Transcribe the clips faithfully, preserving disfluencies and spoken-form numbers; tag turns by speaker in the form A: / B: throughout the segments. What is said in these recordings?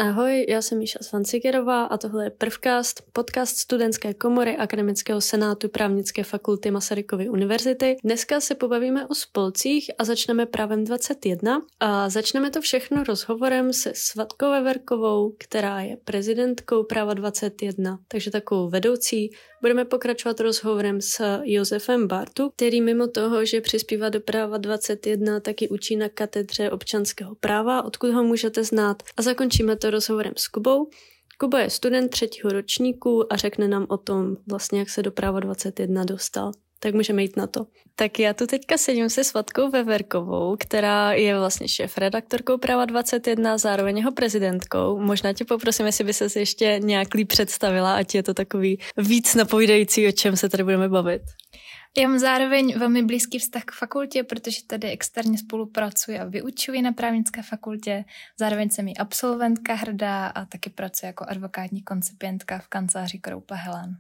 A: Ahoj, já jsem Míša Svancikerová a tohle je Prvcast, podcast Studentské komory Akademického senátu Právnické fakulty Masarykovy univerzity. Dneska se pobavíme o spolcích a začneme právem dvacet jedna a začneme to všechno rozhovorem se Svatkou Veverkovou, která je prezidentkou Práva dvacet jedna, takže takovou vedoucí. Budeme pokračovat rozhovorem s Josefem Bartu, který mimo toho, že přispívá do Práva dvacet jedna, taky učí na katedře občanského práva, odkud ho můžete znát. A zakončíme to rozhovorem s Kubou. Kuba je student třetího ročníku a řekne nám o tom vlastně, jak se do Práva dvacet jedna dostal. Tak můžeme jít na to. Tak já tu teďka sedím se Svatkou Veverkovou, která je vlastně šéfredaktorkou Práva dvacet jedna, zároveň jeho prezidentkou. Možná tě poprosím, jestli by ses ještě nějak líp představila, ať je to takový víc napovídající, o čem se tady budeme bavit.
B: Já mám zároveň velmi blízký vztah k fakultě, protože tady externě spolupracuji a vyučuji na právnické fakultě. Zároveň jsem i absolventka hrdá a taky pracuji jako advokátní koncipientka v kanceláři Kroupa Helen.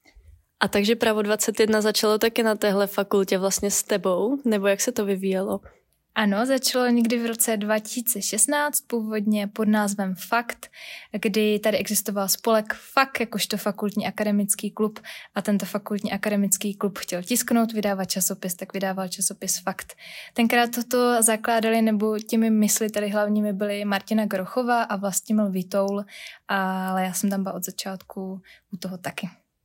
A: A takže Právo dvacet jedna začalo taky na téhle fakultě vlastně s tebou, nebo jak se to vyvíjelo?
B: Ano, začalo někdy v roce dva tisíce šestnáct, původně pod názvem Fakt, kdy tady existoval spolek Fakt, jakožto fakultní akademický klub, a tento fakultní akademický klub chtěl tisknout, vydávat časopis, tak vydával časopis Fakt. Tenkrát toto zakládali, nebo těmi mysliteli hlavními byly Martina Grochová a Vlastimil Vitoul, ale já jsem tam byla od začátku u toho taky.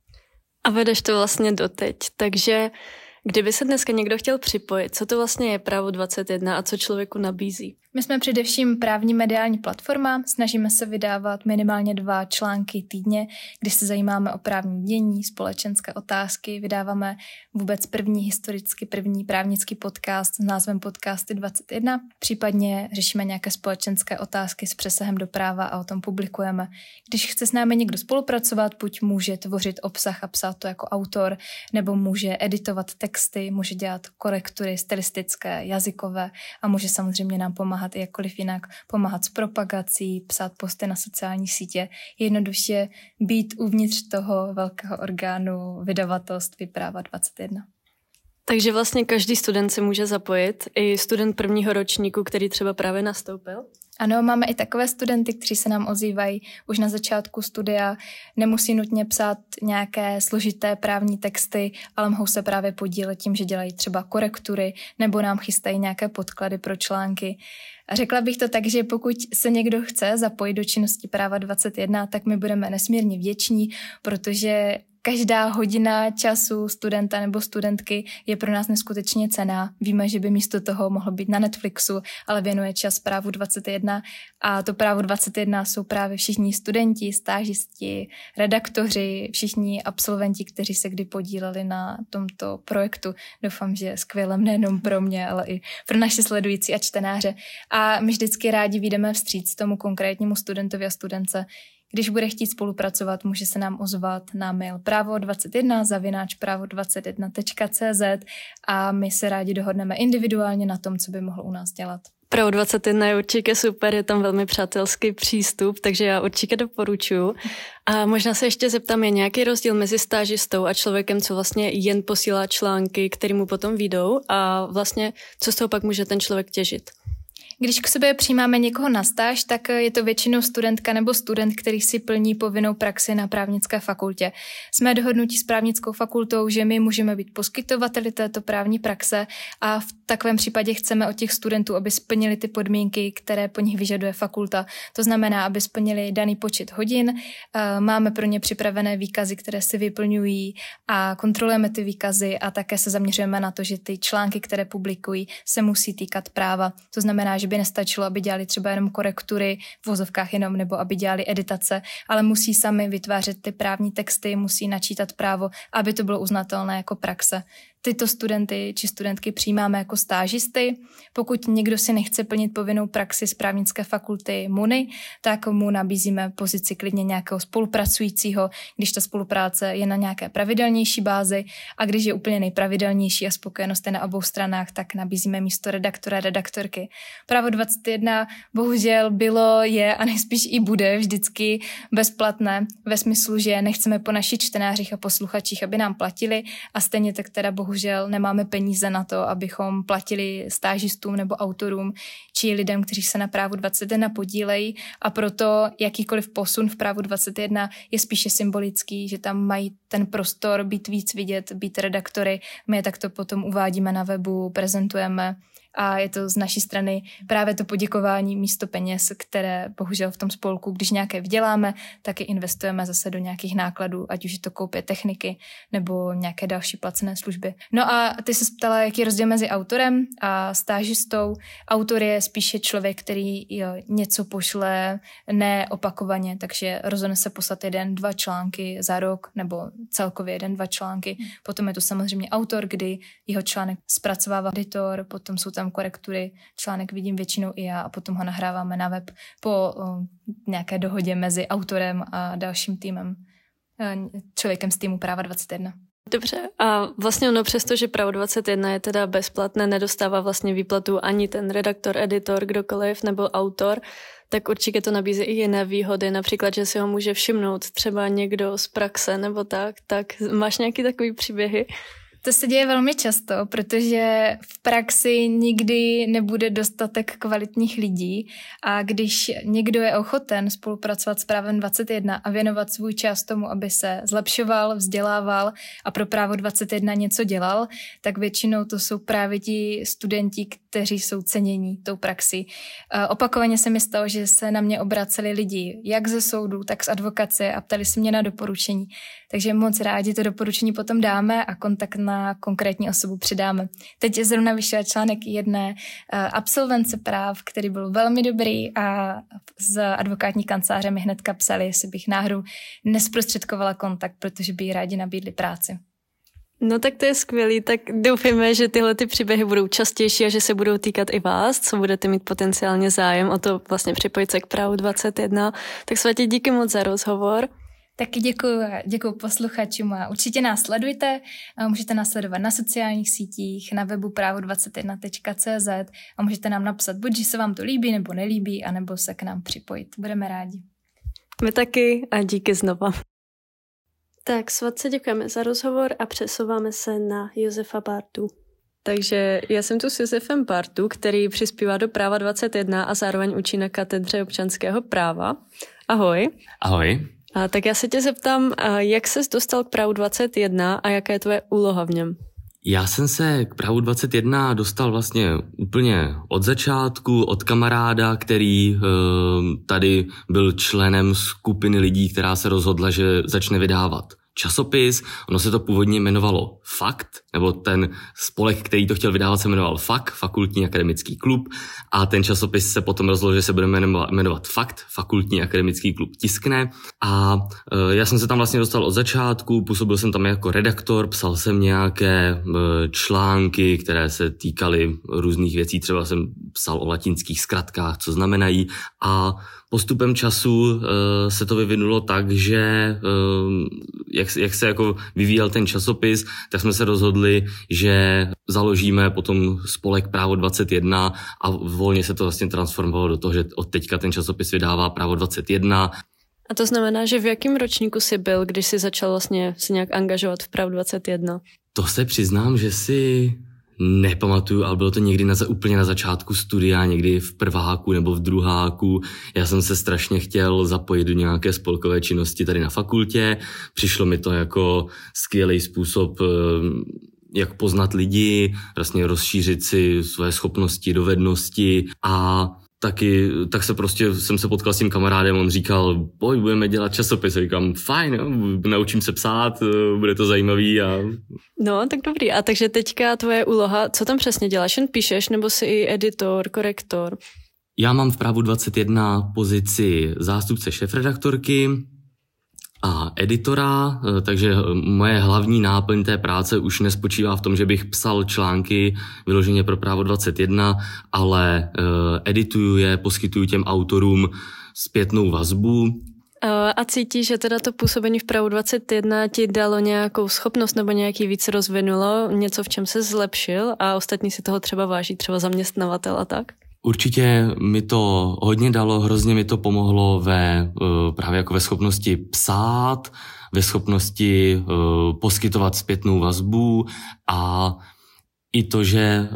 A: A vedeš to vlastně doteď, takže kdyby se dneska někdo chtěl připojit, co to vlastně je Právo dvacet jedna a co člověku nabízí?
B: My jsme především právní mediální platforma, snažíme se vydávat minimálně dva články týdně, kdy se zajímáme o právní dění, společenské otázky, vydáváme vůbec první historicky první právnický podcast s názvem Podcasty dvacet jedna, případně řešíme nějaké společenské otázky s přesahem do práva a o tom publikujeme. Když chce s námi někdo spolupracovat, buď může tvořit obsah a psát to jako autor, nebo může editovat texty, může dělat korektury stylistické, jazykové a může samozřejmě nám pomáhat i jakkoliv jinak, pomáhat s propagací, psát posty na sociální sítě, jednoduše být uvnitř toho velkého orgánu vydavatelství Práva dvacet jedna.
A: Takže vlastně každý student se může zapojit, i student prvního ročníku, který třeba právě nastoupil?
B: Ano, máme i takové studenty, kteří se nám ozývají už na začátku studia, nemusí nutně psát nějaké složité právní texty, ale mohou se právě podílet tím, že dělají třeba korektury nebo nám chystají nějaké podklady pro články. A řekla bych to tak, že pokud se někdo chce zapojit do činnosti Práva dvacet jedna, tak my budeme nesmírně vděční, protože každá hodina času studenta nebo studentky je pro nás neskutečně cenná. Víme, že by místo toho mohlo být na Netflixu, ale věnuje čas Právu dvacet jedna a to Právo dvacet jedna jsou právě všichni studenti, stážisti, redaktoři, všichni absolventi, kteří se kdy podíleli na tomto projektu. Doufám, že skvělém nejenom pro mě, ale i pro naše sledující a čtenáře. A my vždycky rádi vyjdeme vstříc tomu konkrétnímu studentovi a studence. Když bude chtít spolupracovat, může se nám ozvat na mail právo dvacet jedna zavináč právo dvacet jedna tečka cé zet a my se rádi dohodneme individuálně na tom, co by mohl u nás dělat.
A: Právo dvacet jedna je určitě super, je tam velmi přátelský přístup, takže já určitě doporučuji. A možná se ještě zeptám, je nějaký rozdíl mezi stážistou a člověkem, co vlastně jen posílá články, který mu potom vyjdou, a vlastně co z toho pak může ten člověk těžit?
B: Když k sobě přijímáme někoho na stáž, tak je to většinou studentka nebo student, který si plní povinnou praxi na právnické fakultě. Jsme dohodnutí s právnickou fakultou, že my můžeme být poskytovateli této právní praxe a v takovém případě chceme od těch studentů, aby splnili ty podmínky, které po nich vyžaduje fakulta. To znamená, aby splnili daný počet hodin. Máme pro ně připravené výkazy, které si vyplňují a kontrolujeme ty výkazy a také se zaměřujeme na to, že ty články, které publikují, se musí týkat práva. To znamená, že by nestačilo, aby dělali třeba jenom korektury v vozovkách jenom, nebo aby dělali editace, ale musí sami vytvářet ty právní texty, musí načítat právo, aby to bylo uznatelné jako praxe. Tyto studenty či studentky přijímáme jako stážisty. Pokud někdo si nechce plnit povinnou praxi z právnické fakulty MUNI, tak mu nabízíme pozici klidně nějakého spolupracujícího, když ta spolupráce je na nějaké pravidelnější bázi, a když je úplně nejpravidelnější a spokojenost je na obou stranách, tak nabízíme místo redaktora, redaktorky. Právo dvacet jedna bohužel bylo, je a nejspíš i bude vždycky bezplatné ve smyslu, že nechceme po našich čtenářích a posluchačích, aby nám platili, a stejně tak teda bohužel bohužel nemáme peníze na to, abychom platili stážistům nebo autorům či lidem, kteří se na Právu dvacet jedna podílejí, a proto jakýkoliv posun v Právu dvacet jedna je spíše symbolický, že tam mají ten prostor být víc vidět, být redaktory. My je takto potom uvádíme na webu, prezentujeme a je to z naší strany právě to poděkování místo peněz, které bohužel v tom spolku, když nějaké vyděláme, tak je investujeme zase do nějakých nákladů, ať už je to koupě techniky nebo nějaké další placené služby. No a ty se ptala, jaký je rozdíl mezi autorem a stážistou. Autor je spíše člověk, který jo, něco pošle neopakovaně, takže rozhodne se poslat jeden, dva články za rok nebo celkově jeden, dva články. Potom je to samozřejmě autor, kdy jeho článek zpracovává editor, potom jsou tam korektury, článek vidím většinou i já a potom ho nahráváme na web po uh, nějaké dohodě mezi autorem a dalším týmem, uh, člověkem z týmu Práva dvacet jedna.
A: Dobře, a vlastně ono přesto, že Právo dvacet jedna je teda bezplatné, nedostává vlastně výplatu ani ten redaktor, editor, kdokoliv nebo autor, tak určitě to nabízí i jiné výhody, například, že si ho může všimnout třeba někdo z praxe nebo tak, tak máš nějaký takový příběhy?
B: To se děje velmi často, protože v praxi nikdy nebude dostatek kvalitních lidí a když někdo je ochoten spolupracovat s Právem dvacet jedna a věnovat svůj čas tomu, aby se zlepšoval, vzdělával a pro Právo dvacet jedna něco dělal, tak většinou to jsou právě ti studenti, kteří jsou cenění tou praxi. Opakovaně se mi stalo, že se na mě obraceli lidi jak ze soudu, tak z advokace a ptali se mě na doporučení. Takže moc rádi to doporučení potom dáme a kontakt na konkrétní osobu přidáme. Teď zrovna vyšel článek jedné absolvence práv, který byl velmi dobrý a z advokátní kanceláře mi hnedka psali, jestli bych náhodou nesprostředkovala kontakt, protože by jí rádi nabídli práci.
A: No tak to je skvělý, tak doufáme, že tyhle ty příběhy budou častější a že se budou týkat i vás, co budete mít potenciálně zájem o to vlastně připojit se k Právu dvacet jedna. Tak Svatě, díky moc za rozhovor.
B: Taky děkuji, děkuji posluchačům a určitě nás sledujte. Můžete nás sledovat na sociálních sítích, na webu právo dvacet jedna tečka cé zet a můžete nám napsat buď, že se vám to líbí nebo nelíbí, anebo se k nám připojit. Budeme rádi.
A: My taky a díky znova. Tak Svatce, děkujeme za rozhovor a přesouváme se na Josefa Bartu. Takže já jsem tu s Josefem Bartu, který přispívá do Práva dvacet jedna a zároveň učí na katedře občanského práva. Ahoj.
C: Ahoj.
A: A tak já se tě zeptám, jak ses dostal k Právu dvacet jedna a jaká je tvoje úloha v něm?
C: Já jsem se k Právu dvacet jedna dostal vlastně úplně od začátku, od kamaráda, který tady byl členem skupiny lidí, která se rozhodla, že začne vydávat časopis. Ono se to původně jmenovalo Fakt, nebo ten spolek, který to chtěl vydávat, se jmenoval Fak, Fakultní akademický klub, a ten časopis se potom rozhodl, že se bude jmenovat Fakt, Fakultní akademický klub tiskne. A e, já jsem se tam vlastně dostal od začátku, působil jsem tam jako redaktor, psal jsem nějaké e, články, které se týkaly různých věcí, třeba jsem psal o latinských zkratkách, co znamenají, a postupem času uh, se to vyvinulo tak, že uh, jak, jak se jako vyvíjel ten časopis, tak jsme se rozhodli, že založíme potom spolek Právo dvacet jedna a volně se to vlastně transformovalo do toho, že od teďka ten časopis vydává Právo dvacet jedna.
A: A to znamená, že v jakém ročníku jsi byl, když jsi začal vlastně se nějak angažovat v Právu dvacet jedna?
C: To se přiznám, že si nepamatuju, ale bylo to někdy na, úplně na začátku studia, někdy v prváku nebo v druháku. Já jsem se strašně chtěl zapojit do nějaké spolkové činnosti tady na fakultě. Přišlo mi to jako skvělý způsob, jak poznat lidi, vlastně rozšířit si své schopnosti, dovednosti, a taky, tak se prostě jsem se potkal s tím kamarádem, on říkal, pojď, budeme dělat časopis. A říkám, fajn, jo, naučím se psát, bude to zajímavý. A...
A: No, tak dobrý. A takže teďka tvoje úloha, co tam přesně děláš? Jen píšeš, nebo jsi i editor, korektor?
C: Já mám v Právu dvacet jedna pozici zástupce šéfredaktorky a editora, takže moje hlavní náplň té práce už nespočívá v tom, že bych psal články vyloženě pro Právo dvacet jedna, ale uh, edituju je, poskytuju těm autorům zpětnou vazbu.
A: A cítíš, že teda to působení v Právu dvacet jedna ti dalo nějakou schopnost nebo nějaký víc rozvinulo, něco, v čem se zlepšil a ostatní si toho třeba váží, třeba zaměstnavatel a tak?
C: Určitě mi to hodně dalo, hrozně mi to pomohlo ve, právě jako ve schopnosti psát, ve schopnosti poskytovat zpětnou vazbu a i to, že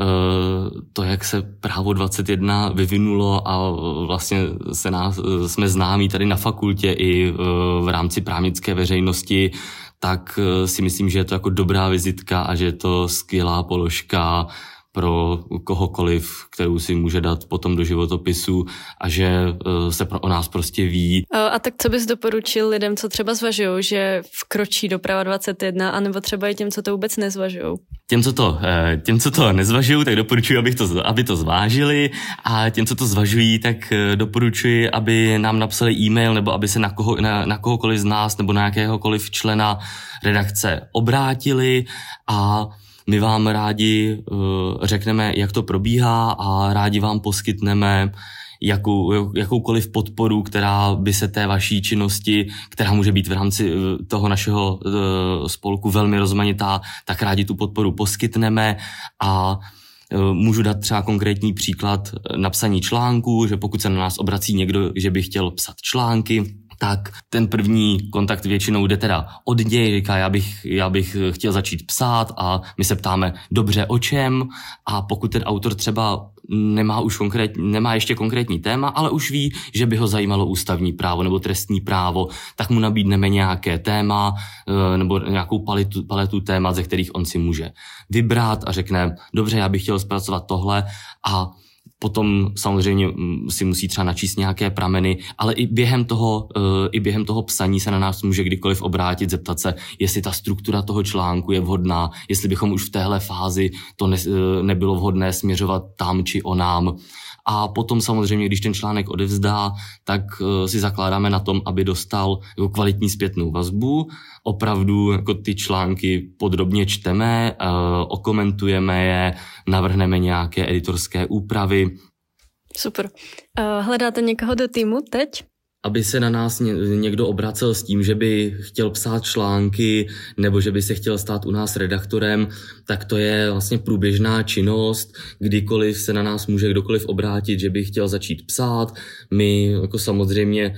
C: to, jak se Právo dvacet jedna vyvinulo a vlastně se nás, jsme známí tady na fakultě i v rámci právnické veřejnosti, tak si myslím, že je to jako dobrá vizitka a že je to skvělá položka pro kohokoliv, kterou si může dát potom do životopisu a že se pro, o nás prostě ví.
A: A tak co bys doporučil lidem, co třeba zvažují, že vkročí do Práva dvacet jedna, anebo třeba i těm, co to vůbec nezvažují?
C: Těm, co to, těm, co to nezvažují, tak doporučuji, abych to, aby to zvážili a těm, co to zvažují, tak doporučuji, aby nám napsali e-mail nebo aby se na, koho, na, na kohokoliv z nás nebo na jakéhokoliv člena redakce obrátili a my vám rádi uh, řekneme, jak to probíhá a rádi vám poskytneme jakou, jakoukoliv podporu, která by se té vaší činnosti, která může být v rámci toho našeho uh, spolku velmi rozmanitá, tak rádi tu podporu poskytneme a uh, můžu dát třeba konkrétní příklad napsaní článků, že pokud se na nás obrací někdo, že by chtěl psat články, tak ten první kontakt většinou jde teda od něj, říká, já bych, já bych chtěl začít psát a my se ptáme dobře o čem a pokud ten autor třeba nemá už konkrétní, nemá ještě konkrétní téma, ale už ví, že by ho zajímalo ústavní právo nebo trestní právo, tak mu nabídneme nějaké téma nebo nějakou paletu, paletu témat, ze kterých on si může vybrat a řekne, dobře, já bych chtěl zpracovat tohle a potom samozřejmě si musí třeba načíst nějaké prameny, ale i během toho, i během toho psaní se na nás může kdykoliv obrátit, zeptat se, jestli ta struktura toho článku je vhodná, jestli bychom už v téhle fázi to ne, nebylo vhodné směřovat tam či onám. A potom samozřejmě, když ten článek odevzdá, tak si zakládáme na tom, aby dostal jako kvalitní zpětnou vazbu. Opravdu jako ty články podrobně čteme, okomentujeme je, navrhneme nějaké editorské úpravy.
A: Super. Hledáte někoho do týmu teď?
C: Aby se na nás někdo obracel s tím, že by chtěl psát články nebo že by se chtěl stát u nás redaktorem, tak to je vlastně průběžná činnost. Kdykoliv se na nás může kdokoliv obrátit, že by chtěl začít psát. My jako samozřejmě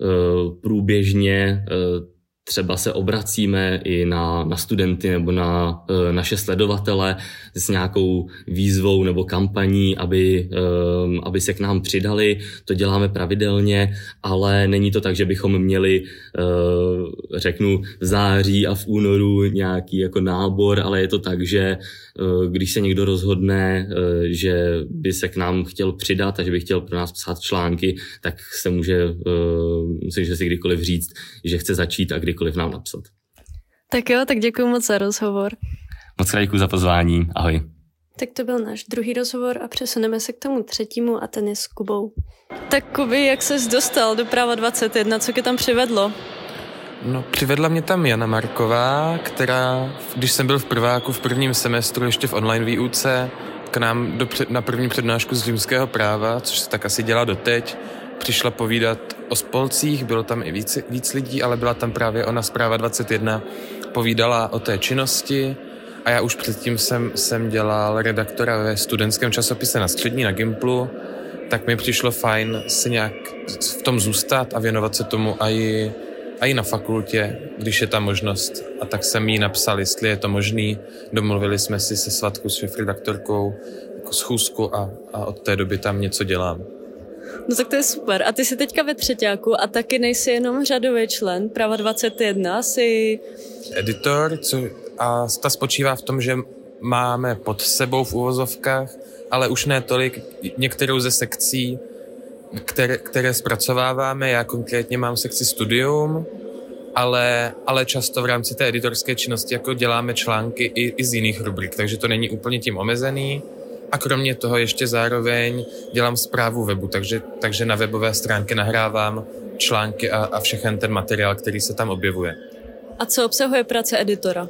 C: průběžně třeba se obracíme i na, na studenty nebo na e, naše sledovatele s nějakou výzvou nebo kampaní, aby, e, aby se k nám přidali. To děláme pravidelně, ale není to tak, že bychom měli, e, řeknu, v září a v únoru nějaký jako nábor, ale je to tak, že e, když se někdo rozhodne, e, že by se k nám chtěl přidat a že by chtěl pro nás psát články, tak se může, e, může si kdykoliv říct, že chce začít a kdy kdykoliv nám napsat.
A: Tak jo, tak děkuji moc za rozhovor.
C: Moc krát děkuji za pozvání. Ahoj.
A: Tak to byl náš druhý rozhovor a přesuneme se k tomu třetímu a ten je s Kubou. Tak Kubi, jak ses dostal do Práva dvacet jedna, co tě tam přivedlo?
D: No, přivedla mě tam Jana Marková, která, když jsem byl v prváku v prvním semestru ještě v online výuce, k nám do před, na první přednášku z římského práva, což se tak asi dělá doteď, přišla povídat o spolcích, bylo tam i víc, víc lidí, ale byla tam právě ona z Práva dvacet jedna, povídala o té činnosti a já už předtím jsem, jsem dělal redaktora ve studentském časopise na střední, na Gimplu, tak mi přišlo fajn se nějak v tom zůstat a věnovat se tomu i, i na fakultě, když je ta možnost. A tak jsem jí napsal, jestli je to možný. Domluvili jsme si se Svatkou, s šéfredaktorkou, jako schůzku a, a od té doby tam něco dělám.
A: No tak to je super. A ty jsi teďka ve třeťáku a taky nejsi jenom řadový člen Práva dvacet jedna, jsi...
D: editor, co, a ta spočívá v tom, že máme pod sebou v uvozovkách, ale už ne tolik, některou ze sekcí, které, které zpracováváme. Já konkrétně mám sekci studium, ale, ale často v rámci té editorské činnosti jako děláme články i, i z jiných rubrik, takže to není úplně tím omezený. A kromě toho ještě zároveň dělám správu webu, takže, takže na webové stránky nahrávám články a, a všechen ten materiál, který se tam objevuje.
A: A co obsahuje práce editora?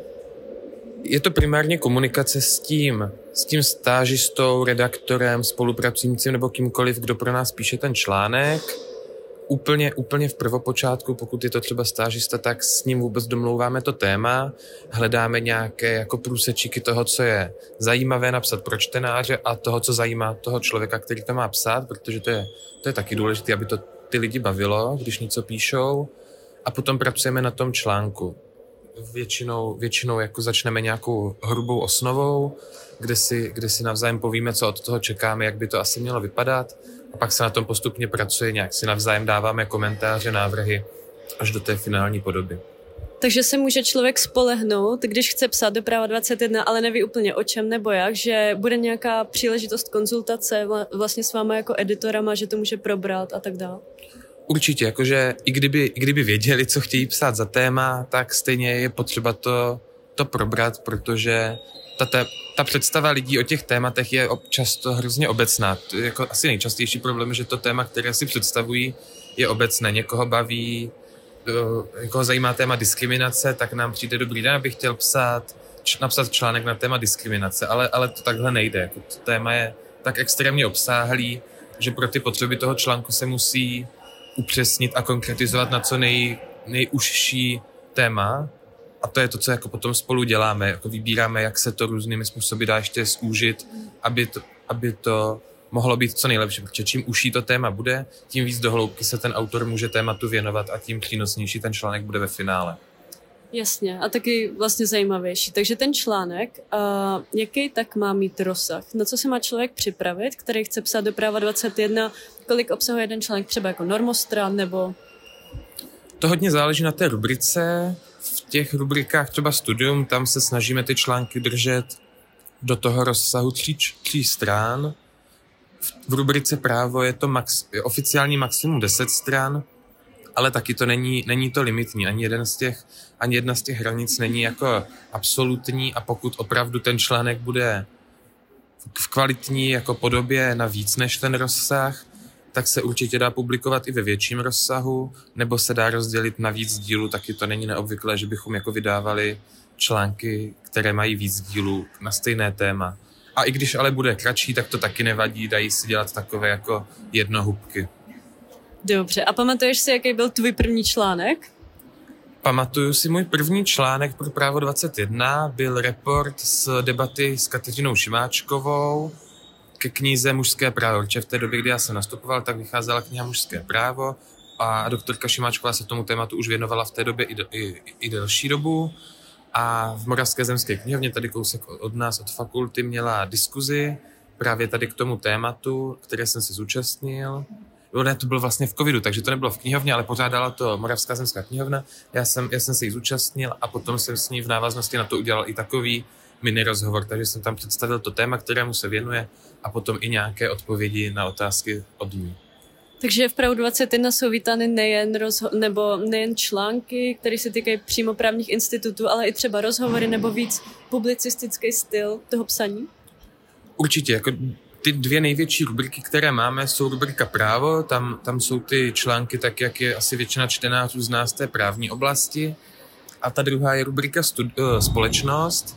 D: Je to primárně komunikace s tím, s tím stážistou, redaktorem, spolupracujícím nebo kýmkoliv, kdo pro nás píše ten článek. úplně, úplně v prvopočátku, pokud je to třeba stážista, tak s ním vůbec domlouváme to téma, hledáme nějaké jako průsečíky toho, co je zajímavé napsat pro čtenáře a toho, co zajímá toho člověka, který to má psát, protože to je, to je taky důležité, aby to ty lidi bavilo, když něco píšou, a potom pracujeme na tom článku. Většinou, většinou jako začneme nějakou hrubou osnovou, kde si, kde si navzájem povíme, co od toho čekáme, jak by to asi mělo vypadat, a pak se na tom postupně pracuje, nějak si navzájem dáváme komentáře, návrhy až do té finální podoby.
A: Takže se může člověk spolehnout, když chce psát do Práva dvacet jedna, ale neví úplně o čem nebo jak, že bude nějaká příležitost konzultace vlastně s váma jako editorama, že to může probrat a tak dále.
D: Určitě, jakože i kdyby, i kdyby věděli, co chtějí psát za téma, tak stejně je potřeba to, to probrat, protože ta, ta, ta představa lidí o těch tématech je často hrozně obecná. To je jako asi nejčastější problém je, že to téma, které si představují, je obecné. Někoho baví, někoho zajímá téma diskriminace, tak nám přijde dobrý den, abych chtěl psát, č, napsat článek na téma diskriminace, ale, ale to takhle nejde. Jako to téma je tak extrémně obsáhlý, že pro ty potřeby toho článku se musí upřesnit a konkretizovat na co nej, nejužší téma. A to je to, co jako potom spolu děláme. Jako vybíráme, jak se to různými způsoby dá ještě zúžit, aby to, aby to mohlo být co nejlepší. Protože čím užší to téma bude, tím víc do hloubky se ten autor může tématu věnovat a tím přínosnější ten článek bude ve finále.
A: Jasně, a taky vlastně zajímavější. Takže ten článek, uh, jaký tak má mít rozsah? Na co se má člověk připravit, který chce psát do Práva dvacet jedna? Kolik obsahuje jeden článek, třeba jako normostran, nebo...
D: To hodně záleží na té rubrice. V těch rubrikách třeba studium, tam se snažíme ty články držet do toho rozsahu tří, tří strán. V rubrice právo je to max, je oficiální maximum deset stran, ale taky to není, není to limitní. Ani, jeden z těch, ani jedna z těch hranic není jako absolutní, a pokud opravdu ten článek bude v kvalitní jako podobě na víc než ten rozsah, tak se určitě dá publikovat i ve větším rozsahu, nebo se dá rozdělit na víc dílů, taky to není neobvyklé, že bychom jako vydávali články, které mají víc dílů na stejné téma. A i když ale bude kratší, tak to taky nevadí, dají si dělat takové jako jednohubky.
A: Dobře, a pamatuješ si, jaký byl tvůj první článek?
D: Pamatuju si, můj první článek pro Právo dvacet jedna byl report z debaty s Kateřinou Šimáčkovou ke knize Mužské právo. Protože v té době, kdy já jsem nastupoval, tak vycházela kniha Mužské právo a doktorka Šimáčková se tomu tématu už věnovala v té době i, i, i delší dobu. A v Moravské zemské knihovně, tady kousek od nás, od fakulty, měla diskuzi právě tady k tomu tématu, které jsem se zúčastnil. Jo, ne, to bylo vlastně v covidu, takže to nebylo v knihovně, ale pořádala to Moravská zemská knihovna. Já jsem, já jsem se jí zúčastnil a potom jsem s ní v návaznosti na to udělal i takový mini rozhovor, takže jsem tam představil to téma, kterému se věnuje, a potom i nějaké odpovědi na otázky od ní.
A: Takže v Právu dvacet jedna jsou vítány nejen, rozho- nebo nejen články, které se týkají přímo právních institutů, ale i třeba rozhovory nebo víc publicistický styl toho psaní?
D: Určitě, jako ty dvě největší rubriky, které máme, jsou rubrika právo, tam, tam jsou ty články tak, jak je asi většina čtenářů z nás té právní oblasti, a ta druhá je rubrika studi- společnost,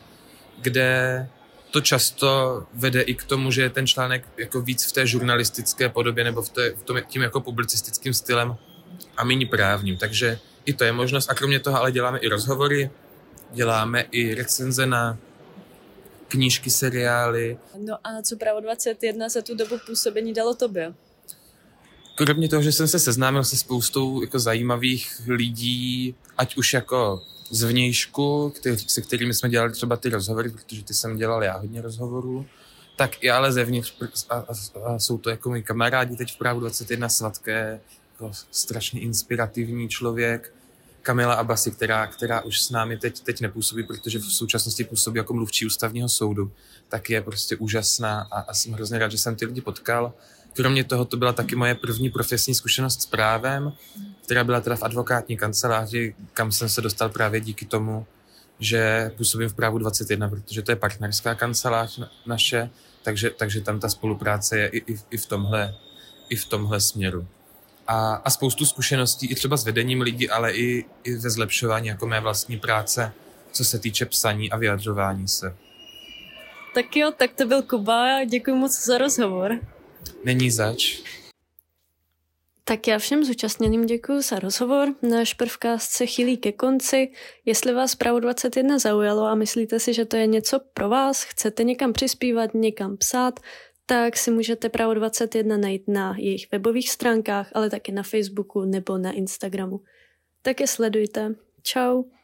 D: kde to často vede i k tomu, že je ten článek jako víc v té žurnalistické podobě nebo v, té, v tom tím jako publicistickým stylem a méně právním. Takže i to je možnost. A kromě toho ale děláme i rozhovory, děláme i recenze na knížky, seriály.
A: No a co Právo dvacet jedna za tu dobu působení dalo tobě?
D: Kromě toho, že jsem se seznámil se spoustou jako zajímavých lidí, ať už jako zvnějšku, který, se kterými jsme dělali třeba ty rozhovory, protože ty jsem dělal já hodně rozhovorů, tak i ale zevnitř, a, a, a jsou to jako moji kamarádi teď v Právu dvacet jedna, Svatké, jako strašně inspirativní člověk, Kamila Abasi, která, která už s námi teď, teď nepůsobí, protože v současnosti působí jako mluvčí ústavního soudu, tak je prostě úžasná a, a jsem hrozně rád, že jsem ty lidi potkal. Kromě toho to byla taky moje první profesní zkušenost s právem, která byla teda v advokátní kanceláři, kam jsem se dostal právě díky tomu, že působím v Právu dvacet jedna, protože to je partnerská kancelář naše, takže, takže tam ta spolupráce je i, i, i, v, tomhle, i v tomhle směru. A, a spoustu zkušeností i třeba s vedením lidí, ale i, i ve zlepšování jako mé vlastní práce, co se týče psaní a vyjadřování se.
A: Tak jo, tak to byl Kuba, děkuji moc za rozhovor.
D: Není zač.
A: Tak já všem zúčastněným děkuji za rozhovor. Náš prvkast se chýlí ke konci. Jestli vás Právo dvacet jedna zaujalo a myslíte si, že to je něco pro vás, chcete někam přispívat, někam psát, tak si můžete Právo dvacet jedna najít na jejich webových stránkách, ale taky na Facebooku nebo na Instagramu. Tak je sledujte. Čau.